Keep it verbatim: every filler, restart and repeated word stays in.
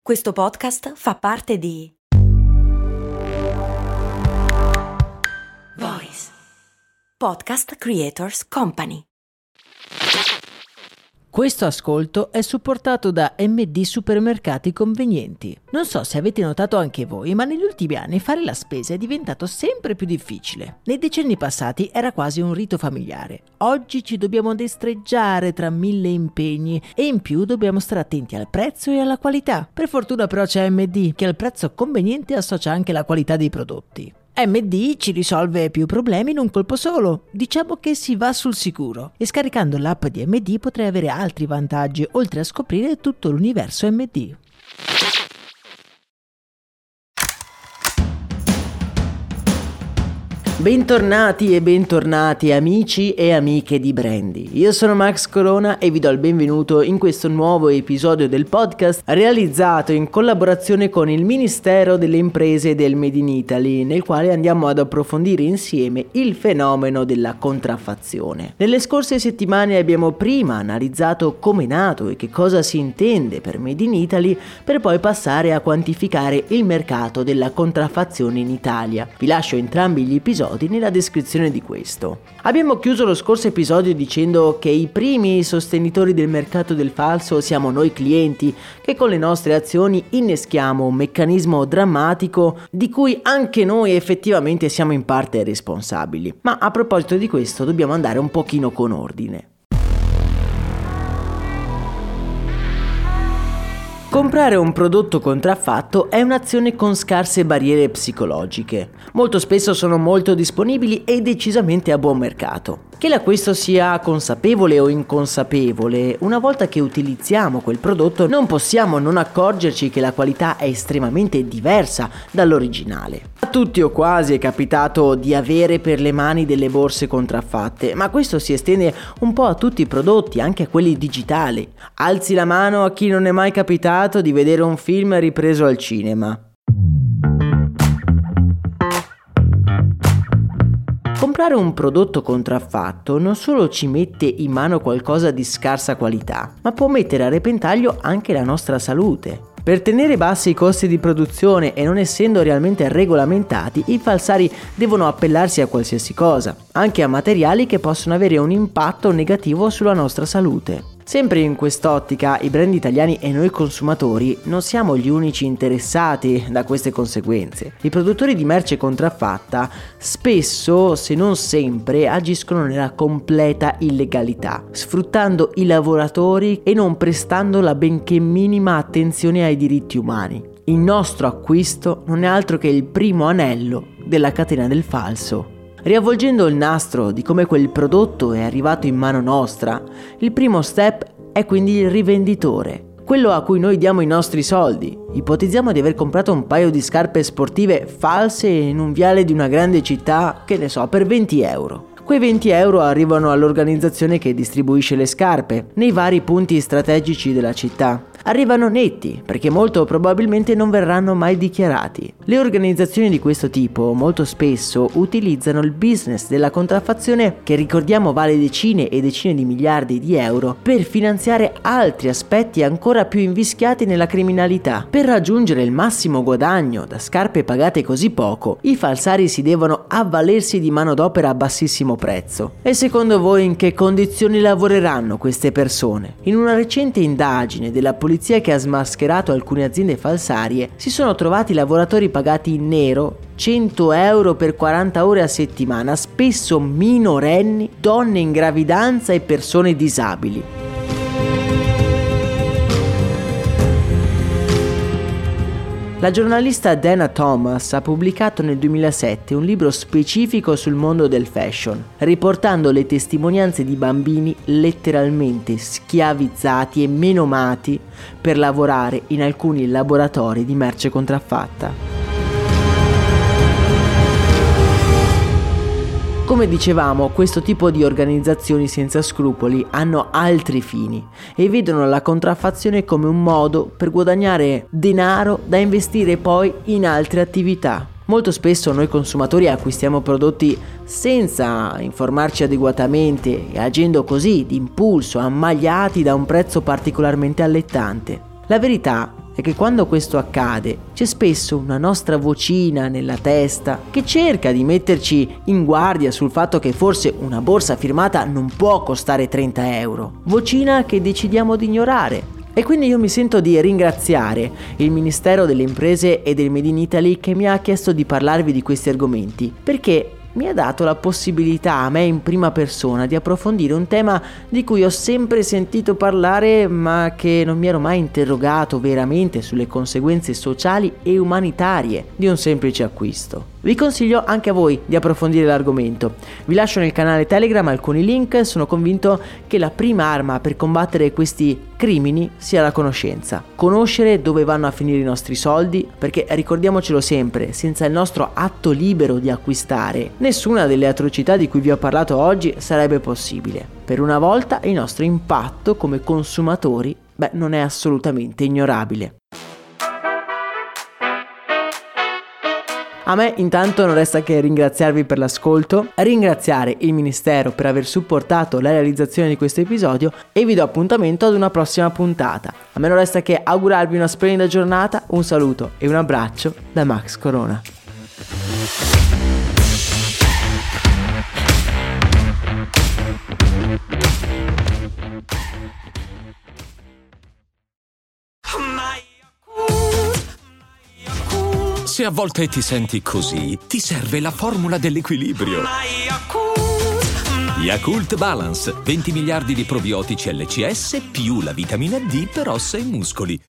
Questo podcast fa parte di Voice Podcast Creators Company. Questo ascolto è supportato da M D Supermercati Convenienti. Non so se avete notato anche voi, ma negli ultimi anni fare la spesa è diventato sempre più difficile. Nei decenni passati era quasi un rito familiare. Oggi ci dobbiamo destreggiare tra mille impegni e in più dobbiamo stare attenti al prezzo e alla qualità. Per fortuna però c'è M D, che al prezzo conveniente associa anche la qualità dei prodotti. M D ci risolve più problemi in un colpo solo. Diciamo che si va sul sicuro. E scaricando l'app di M D potrai avere altri vantaggi, oltre a scoprire tutto l'universo M D. Bentornati e bentornati amici e amiche di Brandy. Io sono Max Corona e vi do il benvenuto in questo nuovo episodio del podcast realizzato in collaborazione con il Ministero delle Imprese del Made in Italy, nel quale andiamo ad approfondire insieme il fenomeno della contraffazione. Nelle scorse settimane abbiamo prima analizzato come è nato e che cosa si intende per Made in Italy, per poi passare a quantificare il mercato della contraffazione in Italia. Vi lascio entrambi gli episodi nella descrizione di questo. Abbiamo chiuso lo scorso episodio dicendo che i primi sostenitori del mercato del falso siamo noi clienti, che con le nostre azioni inneschiamo un meccanismo drammatico di cui anche noi effettivamente siamo in parte responsabili. Ma a proposito di questo dobbiamo andare un pochino con ordine. Comprare un prodotto contraffatto è un'azione con scarse barriere psicologiche. Molto spesso sono molto disponibili e decisamente a buon mercato. Che l'acquisto sia consapevole o inconsapevole, una volta che utilizziamo quel prodotto non possiamo non accorgerci che la qualità è estremamente diversa dall'originale. A tutti o quasi è capitato di avere per le mani delle borse contraffatte, ma questo si estende un po' a tutti i prodotti, anche a quelli digitali. Alzi la mano a chi non è mai capitato di vedere un film ripreso al cinema. Comprare un prodotto contraffatto non solo ci mette in mano qualcosa di scarsa qualità, ma può mettere a repentaglio anche la nostra salute. Per tenere bassi i costi di produzione e non essendo realmente regolamentati, i falsari devono appellarsi a qualsiasi cosa, anche a materiali che possono avere un impatto negativo sulla nostra salute. Sempre in quest'ottica, i brand italiani e noi consumatori non siamo gli unici interessati da queste conseguenze. I produttori di merce contraffatta spesso, se non sempre, agiscono nella completa illegalità, sfruttando i lavoratori e non prestando la benché minima attenzione ai diritti umani. Il nostro acquisto non è altro che il primo anello della catena del falso. Riavvolgendo il nastro di come quel prodotto è arrivato in mano nostra, il primo step è quindi il rivenditore, quello a cui noi diamo i nostri soldi. Ipotizziamo di aver comprato un paio di scarpe sportive false in un viale di una grande città, che ne so, per venti euro. Quei venti euro arrivano all'organizzazione che distribuisce le scarpe nei vari punti strategici della città. Arrivano netti, perché molto probabilmente non verranno mai dichiarati. Le organizzazioni di questo tipo molto spesso utilizzano il business della contraffazione, che ricordiamo vale decine e decine di miliardi di euro, per finanziare altri aspetti ancora più invischiati nella criminalità. Per raggiungere il massimo guadagno da scarpe pagate così poco, i falsari si devono avvalersi di manodopera a bassissimo prezzo. E secondo voi in che condizioni lavoreranno queste persone? In una recente indagine della polizia che ha smascherato alcune aziende falsarie, si sono trovati lavoratori pagati in nero cento euro per quaranta ore a settimana, spesso minorenni, donne in gravidanza e persone disabili. La giornalista Dana Thomas ha pubblicato nel duemilasette un libro specifico sul mondo del fashion, riportando le testimonianze di bambini letteralmente schiavizzati e menomati per lavorare in alcuni laboratori di merce contraffatta. Come dicevamo, questo tipo di organizzazioni senza scrupoli hanno altri fini e vedono la contraffazione come un modo per guadagnare denaro da investire poi in altre attività. Molto spesso noi consumatori acquistiamo prodotti senza informarci adeguatamente e agendo così d'impulso, ammagliati da un prezzo particolarmente allettante. La verità è che quando questo accade c'è spesso una nostra vocina nella testa che cerca di metterci in guardia sul fatto che forse una borsa firmata non può costare trenta euro. Vocina che decidiamo di ignorare. E quindi io mi sento di ringraziare il Ministero delle Imprese e del Made in Italy che mi ha chiesto di parlarvi di questi argomenti, perché mi ha dato la possibilità a me in prima persona di approfondire un tema di cui ho sempre sentito parlare ma che non mi ero mai interrogato veramente sulle conseguenze sociali e umanitarie di un semplice acquisto. Vi consiglio anche a voi di approfondire l'argomento. Vi lascio nel canale Telegram alcuni link, sono convinto che la prima arma per combattere questi crimini sia la conoscenza. Conoscere dove vanno a finire i nostri soldi, perché ricordiamocelo sempre, senza il nostro atto libero di acquistare, nessuna delle atrocità di cui vi ho parlato oggi sarebbe possibile. Per una volta il nostro impatto come consumatori, beh, non è assolutamente ignorabile. A me intanto non resta che ringraziarvi per l'ascolto, ringraziare il Ministero per aver supportato la realizzazione di questo episodio e vi do appuntamento ad una prossima puntata. A me non resta che augurarvi una splendida giornata, un saluto e un abbraccio da Max Corona. Se a volte ti senti così, ti serve la formula dell'equilibrio. Yakult Balance, venti miliardi di probiotici L C S più la vitamina D per ossa e muscoli.